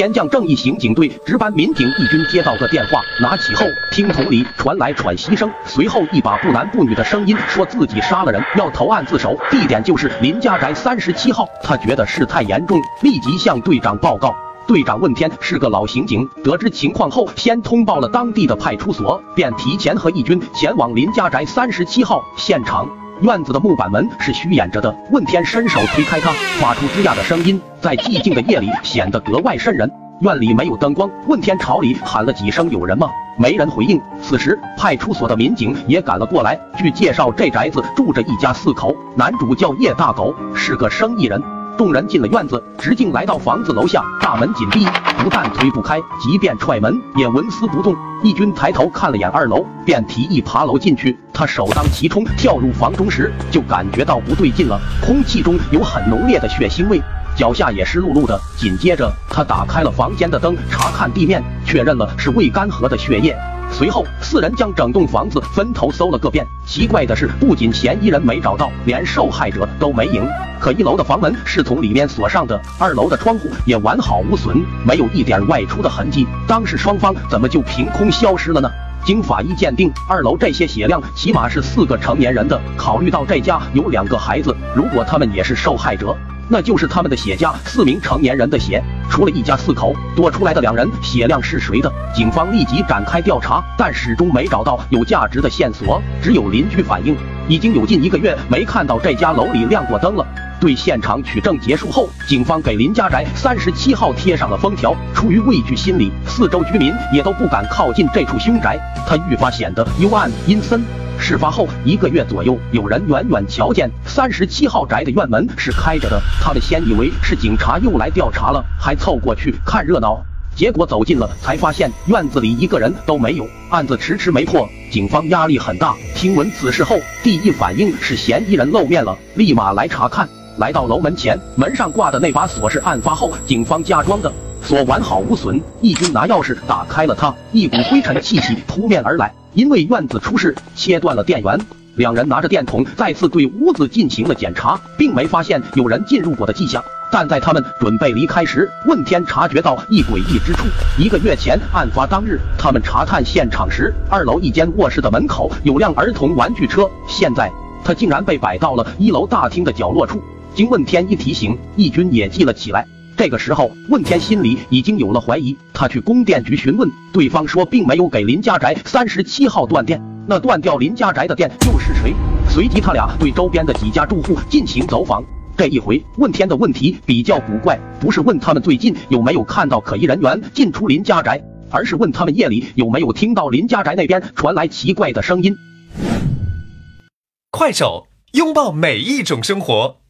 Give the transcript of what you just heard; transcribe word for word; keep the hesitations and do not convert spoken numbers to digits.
天降正义刑警队值班民警义军接到个电话，拿起后听筒里传来喘息声，随后一把不男不女的声音说自己杀了人，要投案自首，地点就是林家宅三十七号。他觉得事态严重，立即向队长报告。队长问天是个老刑警，得知情况后先通报了当地的派出所，便提前和义军前往林家宅三十七号现场。院子的木板门是虚掩着的，问天伸手推开它，发出吱呀的声音，在寂静的夜里显得格外瘆人。院里没有灯光，问天朝里喊了几声有人吗？没人回应。此时派出所的民警也赶了过来。据介绍，这宅子住着一家四口，男主叫叶大狗，是个生意人。众人进了院子，直径来到房子楼下，大门紧闭，不但推不开，即便踹门也纹丝不动。义军抬头看了眼二楼，便提议爬楼进去。他首当其冲跳入房中时，就感觉到不对劲了，空气中有很浓烈的血腥味，脚下也湿漉漉的。紧接着他打开了房间的灯，查看地面，确认了是未干涸的血液。随后四人将整栋房子分头搜了个遍。奇怪的是，不仅嫌疑人没找到，连受害者都没影。可一楼的房门是从里面锁上的，二楼的窗户也完好无损，没有一点外出的痕迹。当事双方怎么就凭空消失了呢？经法医鉴定，二楼这些血量起码是四个成年人的。考虑到这家有两个孩子，如果他们也是受害者，那就是他们的血加四名成年人的血。除了一家四口，多出来的两人血量是谁的？警方立即展开调查，但始终没找到有价值的线索。只有邻居反映，已经有近一个月没看到这家楼里亮过灯了。对现场取证结束后，警方给林家宅三十七号贴上了封条。出于畏惧心理，四周居民也都不敢靠近这处凶宅，它愈发显得幽暗阴森。事发后一个月左右，有人远远瞧见三十七号宅的院门是开着的，他们先以为是警察又来调查了，还凑过去看热闹。结果走近了，才发现院子里一个人都没有，案子迟迟没破，警方压力很大。听闻此事后，第一反应是嫌疑人露面了，立马来查看。来到楼门前，门上挂的那把锁是案发后警方加装的，锁完好无损。义军拿钥匙打开了它，一股灰尘气息扑面而来。因为院子出事，切断了电源。两人拿着电筒再次对屋子进行了检查，并没发现有人进入过的迹象。但在他们准备离开时，问天察觉到一诡异之处。一个月前，案发当日，他们查探现场时，二楼一间卧室的门口有辆儿童玩具车，现在它竟然被摆到了一楼大厅的角落处。经问天一提醒，义军也记了起来。这个时候，问天心里已经有了怀疑。他去供电局询问，对方说并没有给林家宅三十七号断电，那断掉林家宅的电又是谁？随即他俩对周边的几家住户进行走访。这一回，问天的问题比较古怪，不是问他们最近有没有看到可疑人员进出林家宅，而是问他们夜里有没有听到林家宅那边传来奇怪的声音。 快手，拥抱每一种生活。